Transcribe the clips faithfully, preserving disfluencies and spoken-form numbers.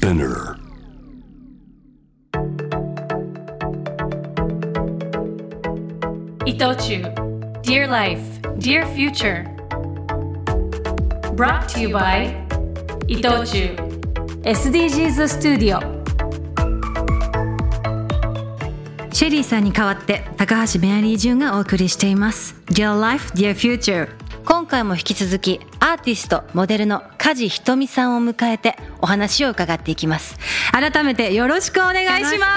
Spinner. Itochu, Dear Life, Dear Future. Brought to you by Itochuエスディージーズ Studio。 シェリーさんに代わって高橋メアリージュンがお送りしています Dear Life, Dear Future。 今回も引き続きアーティストモデルの梶ひとみさんを迎えてお話を伺っていきます。改めてよろしくお願いします。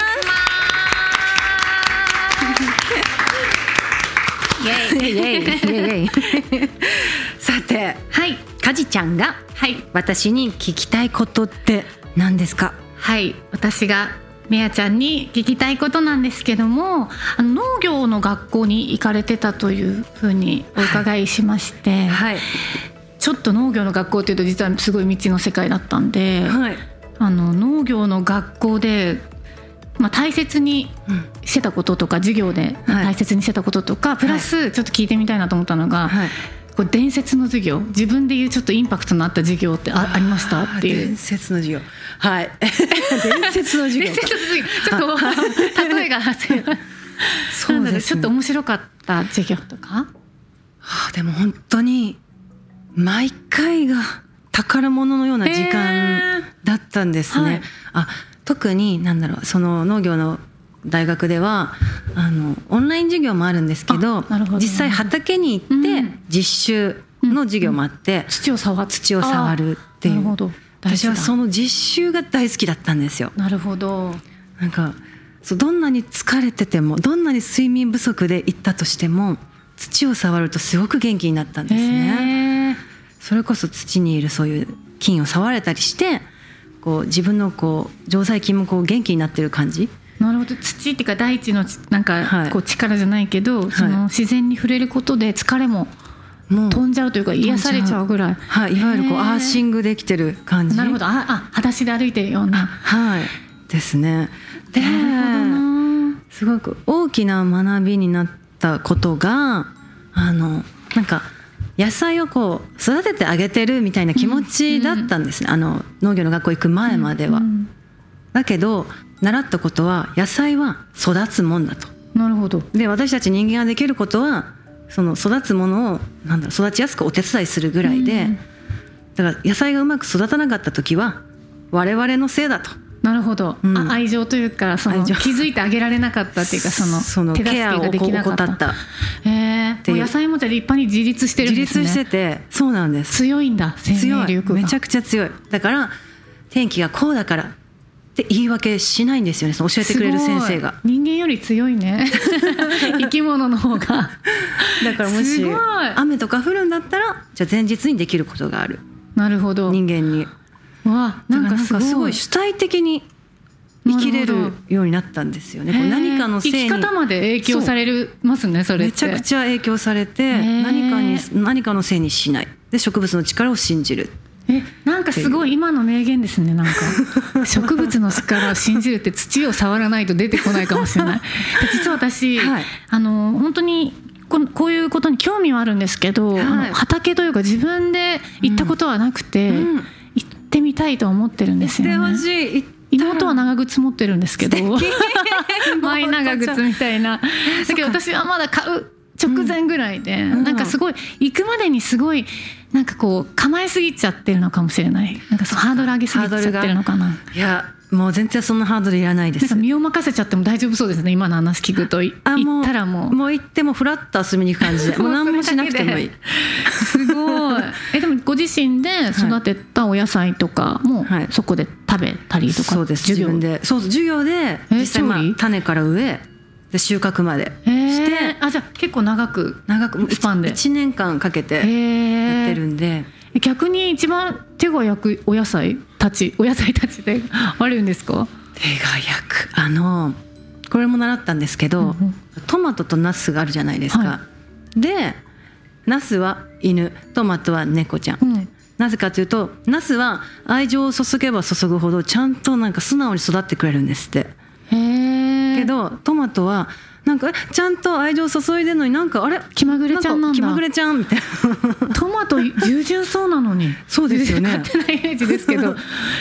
イエイイエイイエイイエイさて、はい、梶ちゃんが私に聞きたいことって何ですか？ はい、私がめあちゃんに聞きたいことなんですけども、あの農業の学校に行かれてたというふうにお伺いしまして、はいはい、ちょっと農業の学校っていうと実はすごい未知の世界だったんで、はい、あの農業の学校で、まあ、大切にしてたこととか、授業で大切にしてたこととか、はい、プラスちょっと聞いてみたいなと思ったのが、はい、これ伝説の授業、自分で言うちょっとインパクトのあった授業って あ, ありましたっていう。 伝説の授業、はい伝説の授業伝説の授業ちょっと例えがそうですね、ちょっと面白かった授業とか、 はあ、でも本当に毎回が宝物のような時間だったんですね、はい、あ特に何だろう、その農業の大学ではあのオンライン授業もあるんですけ ど, ど実際畑に行って実習の授業もあって、うんうん、 土を触土を触るっていう。私はその実習が大好きだったんですよ。 なるほど。 なんかそうどんなに疲れてても、どんなに睡眠不足で行ったとしても、土を触るとすごく元気になったんですね。それこそ土にいるそういう菌を触れたりして、こう自分のこう常在菌もこう元気になってる感じ。 なるほど。土っていうか大地のなんかこう力じゃないけど、はい、その自然に触れることで疲れも飛んじゃうというか癒されちゃうぐらい、 はい、いわゆるこうアーシングできてる感じ。 なるほど。ああ、裸足で歩いてるような、 はいですね。で、すごく大きな学びになったことが、あのなんか野菜をこう育ててあげてるみたいな気持ちだったんですね、うんうん、あの農業の学校行く前までは、うんうん、だけど習ったことは野菜は育つもんだと。 なるほど。 で私たち人間ができることはその育つものをなんだ育ちやすくお手伝いするぐらいで、うん、だから野菜がうまく育たなかった時は我々のせいだと。 なるほど、うん、あ愛情というかその気づいてあげられなかったっていうか、そのその手助けができなかった。 ケアを怠った。へー、野菜もじゃ立派に自立してるんですね。 自立してて、そうなんです。 強いんだ、生命力が。 めちゃくちゃ強い。だから天気がこうだからって言い訳しないんですよね、その教えてくれる先生が。 人間より強いね生き物の方が。 だからもし雨とか降るんだったら、じゃあ前日にできることがある。 なるほど。 人間にわなんかすごい、 すごい主体的に生きれるようになったんで。すよね。こう何かのせいに生き方まで影響されるますね。それってめちゃくちゃ影響されて、何かに何かのせいにしないで、植物の力を信じる。 えなんかすごい今の名言ですね。なんか植物の力を信じるって土を触らないと出てこないかもしれない実は私、はい、あの本当にこ, こういうことに興味はあるんですけど、はい、あの畑というか自分で行ったことはなくて、うんうん、行ってみたいと思ってるんですよね。 行ってほしい。 妹は長靴持ってるんですけどマイ長靴みたいな。だけど私はまだ買う直前ぐらいで、うん、なんかすごい行くまでにすごいなんかこう構えすぎちゃってるのかもしれない。なんかそのハードル上げすぎちゃってるのかな。 いやもう全然そんなハードルいらないです。 なんか身を任せちゃっても大丈夫そうですね。今の話聞くと行ったらもうもう行ってもフラッと遊びに行く感じでもう何もしなくてもいいすごい。えでもご自身で育てたお野菜とかもそこで食べたりとか、 はい、そうです。自分でそう授業で実際、まあ、種から植えで収穫までして、 あじゃあ結構長く長くスパンでいちねんかんかけてやってるんで。 逆に一番手が焼くお野菜たちお野菜たちであるんですか？ 手が焼くあのこれも習ったんですけど、うんうん、トマトとナスがあるじゃないですか、はい、でナスは犬、トマトは猫ちゃん、うん、なぜかというとナスは愛情を注げば注ぐほどちゃんとなんか素直に育ってくれるんですって。 へー。 けどトマトはなんかちゃんと愛情を注いでるのになんかあれ気まぐれちゃんなんだ。 気まぐれちゃんみたいな。 トマト従順そうなのに。 そうですよね。 勝手なイメージですけどえ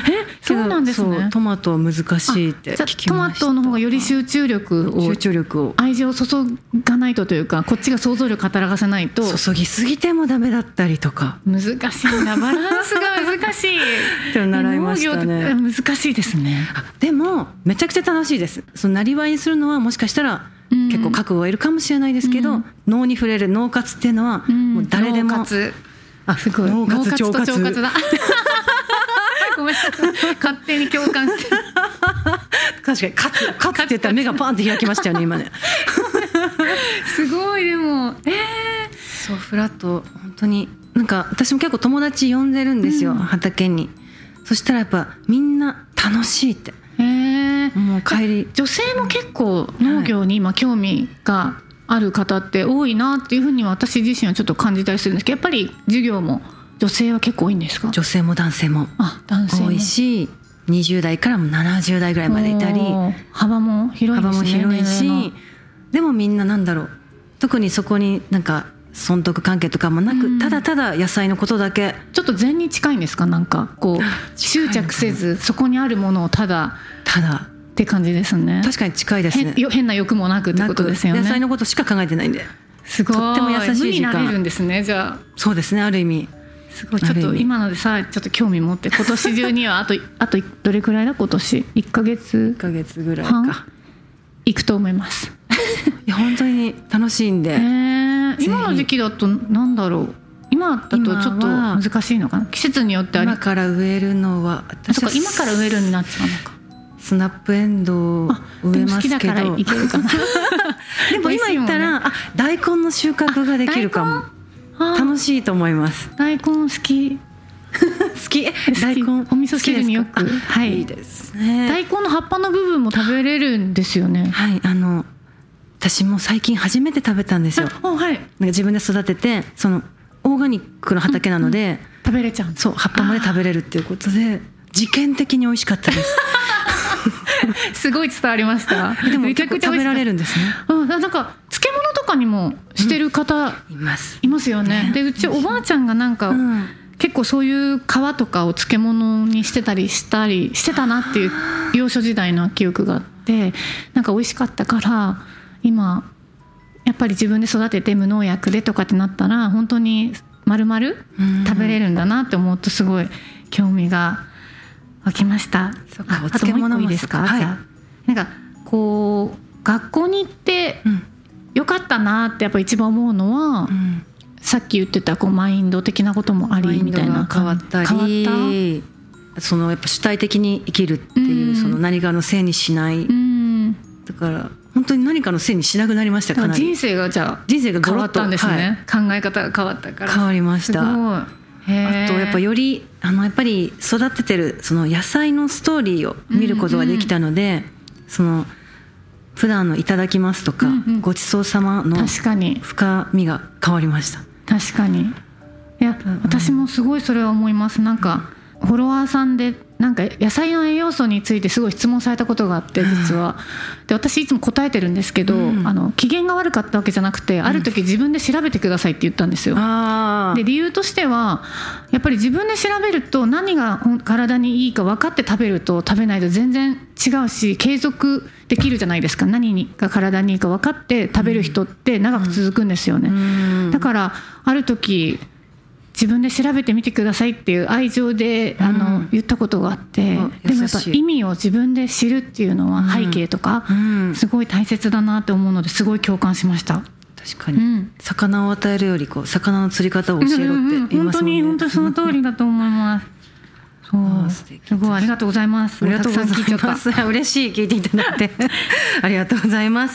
そうなんですね。 そうトマトは難しいって聞きました。 トマトの方がより集中力を集中力を愛情を注がないとというか、こっちが想像力働かせないと注ぎすぎてもダメだったりとか、 難しいな、バランスが難しいって習いましたね。 農業って難しいですね。 でもめちゃくちゃ楽しいです。そのなりわいにするのはもしかしたら結構覚悟がいるかもしれないですけど、うん、農に触れる農活っていうのはもう誰でも、うん、農活あすごい農活腸活腸活だごめんなさい、勝手に共感して確かにカツカツって言ったら目がパンって開きましたよね今ねすごい。でもえー、 そうフラット本当になんか私も結構友達呼んでるんですよ、うん、畑に。そしたらやっぱみんな楽しいって、 えー、 もう帰り女性も結構農業に今興味がある方って多いなっていうふうには私自身はちょっと感じたりするんですけど、やっぱり授業も女性は結構多いんですか？ 女性も男性も多いし、にじゅう代からもななじゅう代ぐらいまでいたり、 幅も広いですね。 幅も広いし、でもみんななんだろう、特にそこになんか損得関係とかもなく、うん、ただただ野菜のことだけ。 ちょっと禅に近いんですか？なんかこう執着せずそこにあるものをただただって感じですね。 確かに近いですね。 変な欲もなくってことですよね。 野菜のことしか考えてないんで、 すごいとっても優しい時間。 無になれるんですね。じゃあそうですね、ある意味すごい。ちょっと今のでさちょっと興味持って、今年中にはあとあとどれくらいだ今年いっかげついっかげつぐらいか行くと思いますいや本当に楽しいんで、えー、今の時期だとなんだろう、今だとちょっと難しいのかな、季節によってあり。 今から植えるのは私は今から植えるになっちゃうのか。 スナップエンドウを植えますけど、でも好きだからいけるかなでも今言ったら、ね、あ大根の収穫ができるかも。楽しいと思います。 大根好き好き大根お味噌汁によく、はい、 いいですね。 大根の葉っぱの部分も食べれるんですよね。 はい、あの私も最近初めて食べたんですよ。 はい、なんか自分で育てて、そのオーガニックの畑なので、うんうん、 食べれちゃう。 そう葉っぱまで食べれるっていうことで事件的に美味しかったですすごい伝わりました。 でも結構食べられるんですね。 うん、なんか漬物とかにもしてる方、うん、いますいますよね。でうちおばあちゃんがなんか、うん、結構そういう皮とかを漬物にしてたりしたりしてたなっていう幼少時代の記憶があって、なんか美味しかったから、今やっぱり自分で育てて無農薬でとかってなったら本当に丸々食べれるんだなって思うとすごい興味が湧きました。 そっか、お漬物もいいですか？ はい、なんかこう学校に行ってよかったなってやっぱ一番思うのは、うん、さっき言ってたこうマインド的なこともありみたいな。 変わったり、変わったそのやっぱ主体的に生きるっていう、うん、その何かのせいにしない、うん、だから本当に何かのせいにしなくなりました。かなり人生がじゃあ人生が変わったんですね、はい、考え方が変わったから。 変わりました。 すごい。 あとやっぱよりあのやっぱり育ててるその野菜のストーリーを見ることができたので、うんうん、その普段のいただきますとか、うんうん、ごちそうさまの深みが変わりました。 確かに。いや、うん、私もすごいそれは思います。なんかフォロワーさんでなんか野菜の栄養素についてすごい質問されたことがあって、実はで私いつも答えてるんですけど、うん、あの機嫌が悪かったわけじゃなくて、ある時自分で調べてくださいって言ったんですよ、うん、で理由としてはやっぱり自分で調べると何が体にいいか分かって食べると食べないと全然違うし、継続できるじゃないですか。何が体にいいか分かって食べる人って長く続くんですよね、うん、だからある時自分で調べてみてくださいっていう愛情で、うん、あの言ったことがあって、うん、でもやっぱ意味を自分で知るっていうのは背景とか、うんうん、すごい大切だなって思うのですごい共感しました。 確かに、うん、魚を与えるよりこう魚の釣り方を教えろって言いますもんね、うんうん、 本当に本当にその通りだと思いますそうすごいありがとうございます。 ありがとうございます嬉しい聞いていただいてありがとうございます。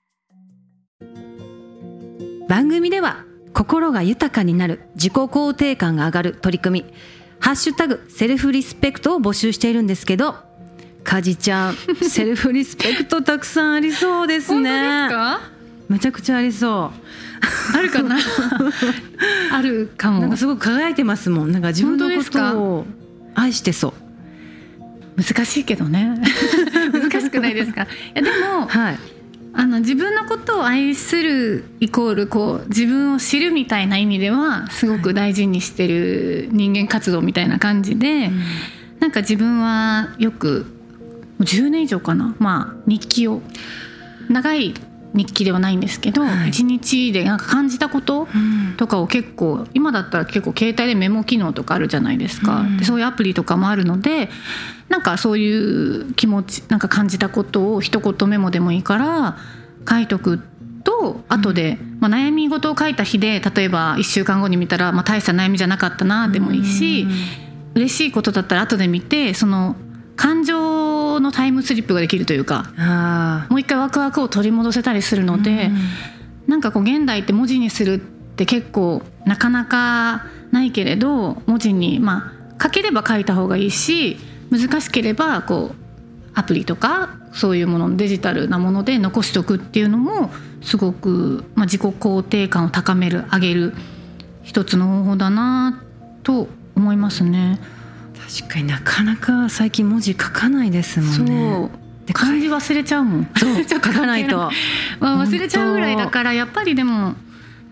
番組では心が豊かになる、自己肯定感が上がる取り組みハッシュタグセルフリスペクトを募集しているんですけど、かじちゃんセルフリスペクトたくさんありそうですね。 本当ですか？ めちゃくちゃありそうあるかなあるかも。 なんかすごく輝いてますもん。なんか自分のことを愛してそう。 難しいけどね難しくないですか？いやでも、はい、あの自分のことを愛するイコールこう自分を知るみたいな意味ではすごく大事にしてる人間活動みたいな感じで、はい、 なんか自分はよくじゅうねん以上かな、まあ、日記を長い日記ではないんですけど、はい、いちにちでなんか感じたこととかを結構、うん、今だったら結構携帯でメモ機能とかあるじゃないですか、うん、でそういうアプリとかもあるのでなんかそういう気持ちなんか感じたことを一言メモでもいいから書いとくと後で、うんまあ、悩み事を書いた日で例えばいっしゅうかんごに見たら、まあ、大した悩みじゃなかったなでもいいし、うん、嬉しいことだったら後で見てその感情のタイムスリップができるというかあもう一回ワクワクを取り戻せたりするので、うん、なんかこう現代って文字にするって結構なかなかないけれど文字にまあ書ければ書いた方がいいし難しければこうアプリとかそういうものデジタルなもので残しておくっていうのもすごく、まあ、自己肯定感を高める上げる一つの方法だなと思いますね。 確かになかなか最近文字書かないですもんね。 そう漢字忘れちゃうもんそう書かないと、 まあ、忘れちゃうぐらいだからやっぱりでも、うん、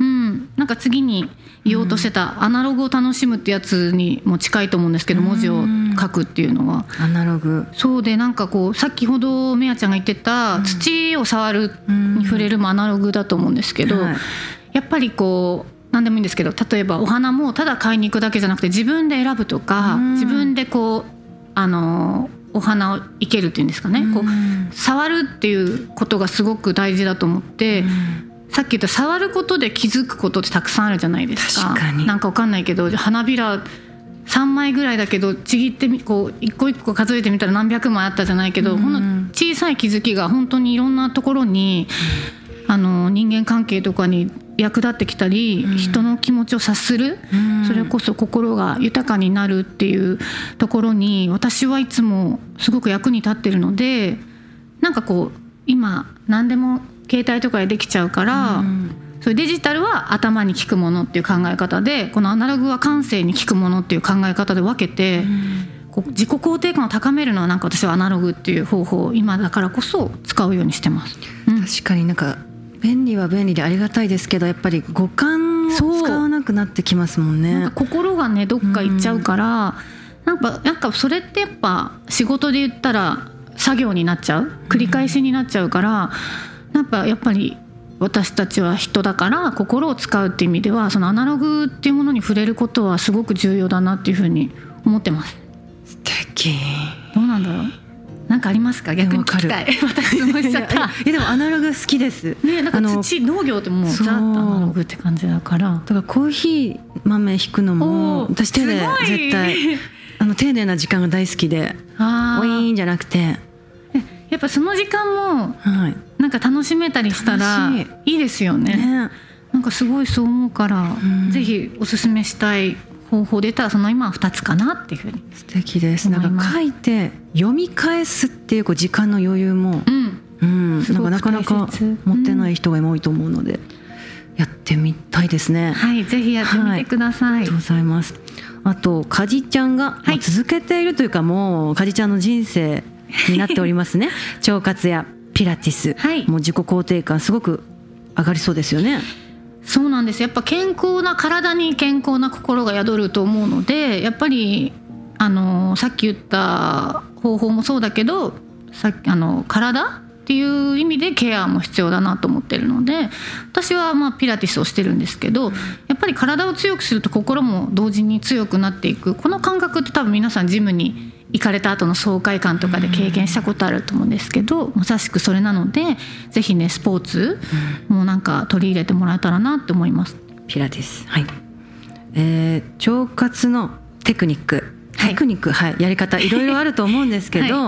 なんか次に言おうとしてたアナログを楽しむってやつにも近いと思うんですけど、文字を書くっていうのはアナログそうでなんかこうさっきほどめやちゃんが言ってた土を触るに触れるもアナログだと思うんですけど、はい、やっぱりこう何でもいいんですけど例えばお花もただ買いに行くだけじゃなくて自分で選ぶとか自分でこうあのお花を生けるっていうんですかねこう触るっていうことがすごく大事だと思ってさっき言った触ることで気づくことってたくさんあるじゃないですか。 確かになんか分かんないけど花びらさんまいぐらいだけどちぎってこう一個一個数えてみたら何百枚あったじゃないけど、うん、ほんの小さい気づきが本当にいろんなところに、うん、あの人間関係とかに役立ってきたり、うん、人の気持ちを察する、うん、それこそ心が豊かになるっていうところに私はいつもすごく役に立ってるのでなんかこう今何でも携帯とかでできちゃうから、うん、そういうデジタルは頭に効くものっていう考え方でこのアナログは感性に効くものっていう考え方で分けて、うん、こう自己肯定感を高めるのはなんか私はアナログっていう方法を今だからこそ使うようにしてます、 うん、確かになんか便利は便利でありがたいですけどやっぱり五感を使わなくなってきますもんね。 なんか心がねどっか行っちゃうから、うん、なんか、なんかそれってやっぱ仕事で言ったら作業になっちゃう繰り返しになっちゃうから、うん、やっぱやっぱり私たちは人だから心を使うっていう意味ではそのアナログっていうものに触れることはすごく重要だなっていうふうに思ってます。 素敵。 どうなんだろうなんかありますか逆に聞きたい私質問しちゃったいやでもアナログ好きです、 ね、なんか土農業ってもうザッとアナログって感じだからだからコーヒー豆引くのも私手で絶対あの丁寧な時間が大好きであウィーンじゃなくてやっぱその時間もなんか楽しめたりしたらいいですよ ね, ねなんかすごいそう思うから、うん、ぜひおすすめしたい方法で言ったらその今はふたつかなっていうふうに素敵です。なんか書いて読み返すっていうこう時間の余裕も、うんうん、なんかなかなか持ってない人が多いと思うので、うん、やってみたいですね。 はいぜひやってみてください、はい、 ありがとうございます。あとかじちゃんが、はい、続けているというかもうかじちゃんの人生になっておりますね腸活やピラティス、はい、もう自己肯定感すごく上がりそうですよね。 そうなんです。やっぱ健康な体に健康な心が宿ると思うのでやっぱりあのさっき言った方法もそうだけどさあの体っていう意味でケアも必要だなと思ってるので私はまあピラティスをしてるんですけどやっぱり体を強くすると心も同時に強くなっていくこの感覚って多分皆さんジムに行かれた後の爽快感とかで経験したことあると思うんですけどまさしくそれなのでぜひねスポーツもなんか取り入れてもらえたらなって思います。 ピラティスはい、えー、腸活のテクニックテクニック、はいはい、やり方いろいろあると思うんですけど、はい、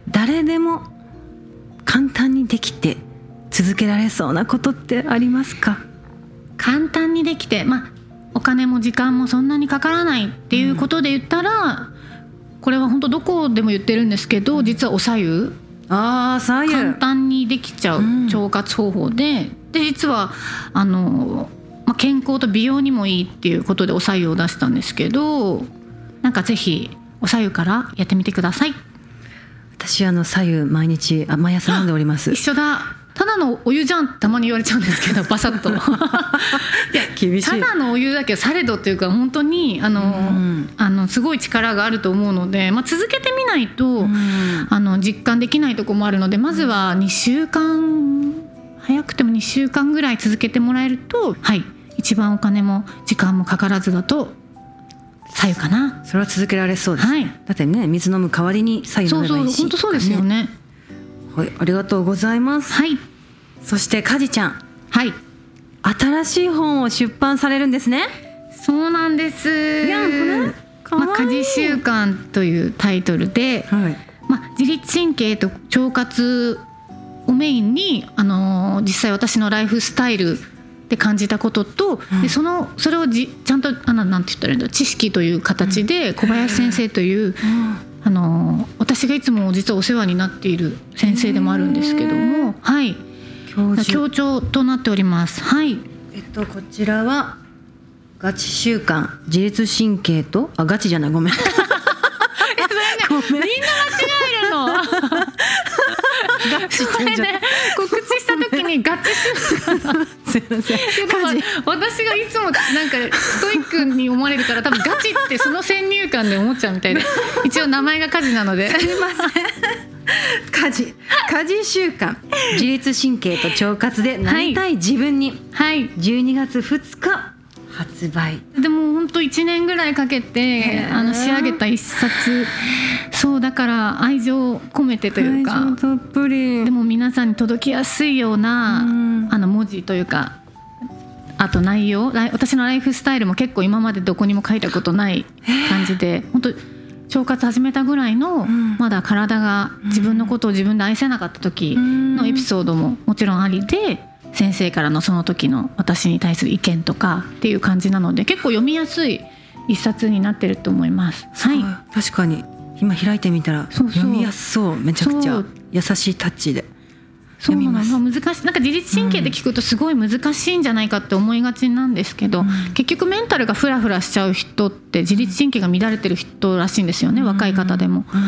誰でも簡単にできて続けられそうなことってありますか？ 簡単にできて、まあ、お金も時間もそんなにかからないっていうことで言ったら、うん、これは本当どこでも言ってるんですけど実はお白湯あ左右簡単にできちゃう腸活方法で、うん、で実はあの、まあ、健康と美容にもいいっていうことでお白湯を出したんですけどなんかぜひお白湯からやってみてください。 私あの白湯毎日あ毎朝飲んでおります。 一緒だ。ただのお湯じゃんたまに言われちゃうんですけどバサッといや厳しい。 ただのお湯だけどされどというか本当にあの、うん、あのすごい力があると思うので、まあ、続けてみないと、うん、あの実感できないところもあるので、まずはにしゅうかん、早くてもにしゅうかんぐらい続けてもらえると、はい、一番お金も時間もかからずだと白湯かな。 それは続けられそうです、はい、だってね、水飲む代わりに白湯飲めばいいし。 そうそう、本当そうですよね。 はい、ありがとうございます、 はい、 そしてかじちゃん、 はい、 新しい本を出版されるんですね。 そうなんです。いや、まあ、家事習慣というタイトルで、はい、まあ、自律神経と腸活をメインに、あのー、実際私のライフスタイルで感じたことと、うん、で そ, のそれをじちゃんとあのなんて言ったらいいんだ、知識という形で小林先生という、うん、あの私がいつも実はお世話になっている先生でもあるんですけども、はい、教長となっております。はい、 えっとこちらはガチ習慣、自律神経と、あ、ガチじゃない、ごめんえ、それね、みんな間違えるのガチってね、告知した時にガチ習慣すいません、 私がいつもなんかストイックに思われるから、多分ガチってその先入観で思っちゃうみたいで一応名前が家事なので、 すいません家事家事習慣、自律神経と腸活でなりたい自分に、 はい、 じゅうにがつふつか発売。 でも本当いちねんぐらいかけてあの仕上げた一冊。そうだから愛情込めてというか、 愛情たっぷり、 でも皆さんに届きやすいような、うん、あの文字というか、あと内容、私のライフスタイルも結構今までどこにも書いたことない感じで、本当腸活始めたぐらいの、うん、まだ体が自分のことを自分で愛せなかった時のエピソードももちろんありで、先生からのその時の私に対する意見とかっていう感じなので、結構読みやすい一冊になってると思います。はい、 確かに今開いてみたら読みやすそう。めちゃくちゃ優しいタッチで読みます。 そうなの、難しい、なんか自律神経で聞くとすごい難しいんじゃないかって思いがちなんですけど、うん、結局メンタルがフラフラしちゃう人って自律神経が乱れてる人らしいんですよね、うん、若い方でも、うん、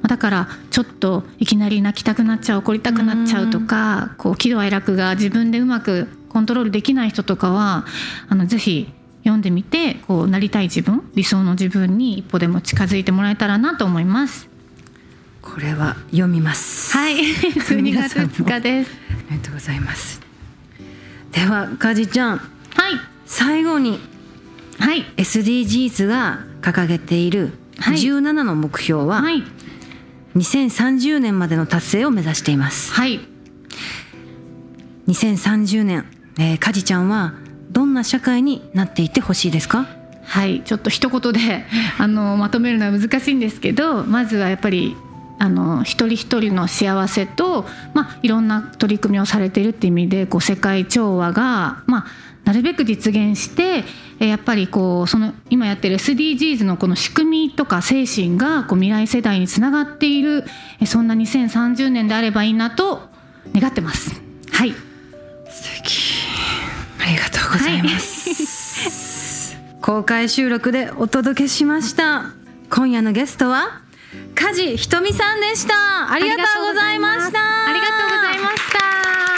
だからちょっといきなり泣きたくなっちゃう、怒りたくなっちゃうとか、こう喜怒哀楽が自分でうまくコントロールできない人とかは、あのぜひ読んでみて、こうなりたい自分、理想の自分に一歩でも近づいてもらえたらなと思います。 これは読みます。 はい、じゅうにがつふつかです。 ありがとうございます。ではかじちゃん、 はい、 最後に、はい、エスディージーズ が掲げているじゅうななの目標は、はい、にせんさんじゅうねんまでの達成を目指しています。 はい、 にせんさんじゅうねん、えー、かじちゃんはどんな社会になっていってほしいですか？ はい、ちょっと一言であのまとめるのは難しいんですけど、まずはやっぱりあの一人一人の幸せと、まあ、いろんな取り組みをされているっていう意味で、こう世界調和が、まあ、なるべく実現して、やっぱりこうその今やってる エスディージーズ のこの仕組みとか精神がこう未来世代につながっている、そんなにせんさんじゅうねんであればいいなと願ってます。はい、 素敵、ありがとうございます、はい、公開収録でお届けしました。今夜のゲストは梶ひとみさんでした。ありがとうございました。 ありがとうございました。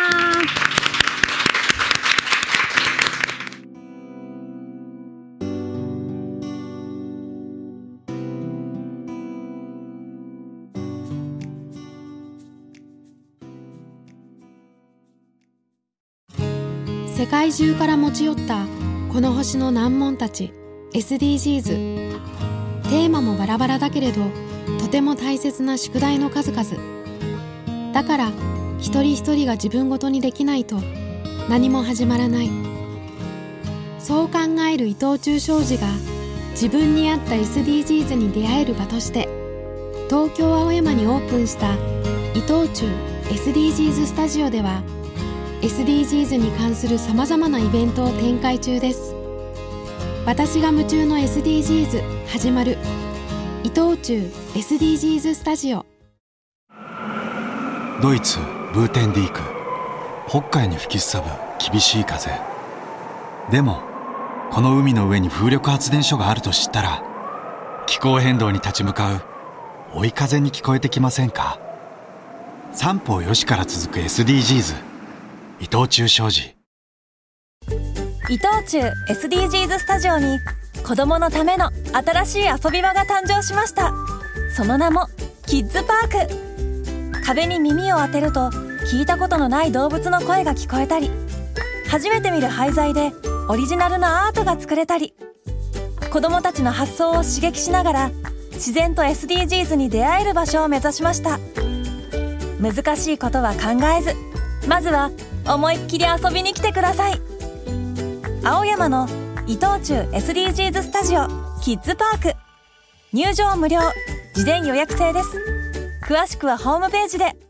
世界中から持ち寄ったこの星の難問たち エスディージーズ。 テーマもバラバラだけれどとても大切な宿題の数々だから、一人一人が自分ごとにできないと何も始まらない。そう考える伊藤忠商事が自分に合った エスディージーズ に出会える場として東京青山にオープンした伊藤忠 エスディージーズ スタジオでは エスディージーズ に関するさまざまなイベントを展開中です。私が夢中の エスディージーズ 始まる。伊藤忠 エスディージーズ スタジオ。 ドイツブーテンディーク、北海に吹きすさぶ厳しい風。でもこの海の上に風力発電所があると知ったら、気候変動に立ち向かう追い風に聞こえてきませんか？三方よしから続く エスディージーズ、伊藤忠商事。 伊藤忠 エスディージーズ スタジオに子どものための新しい遊び場が誕生しました。その名もキッズパーク。壁に耳を当てると聞いたことのない動物の声が聞こえたり、初めて見る廃材でオリジナルのアートが作れたり、子どもたちの発想を刺激しながら自然と エスディージーズ に出会える場所を目指しました。難しいことは考えず、まずは思いっきり遊びに来てください。青山の伊藤忠 エスディージーズ スタジオキッズパーク、入場無料、事前予約制です。詳しくはホームページで。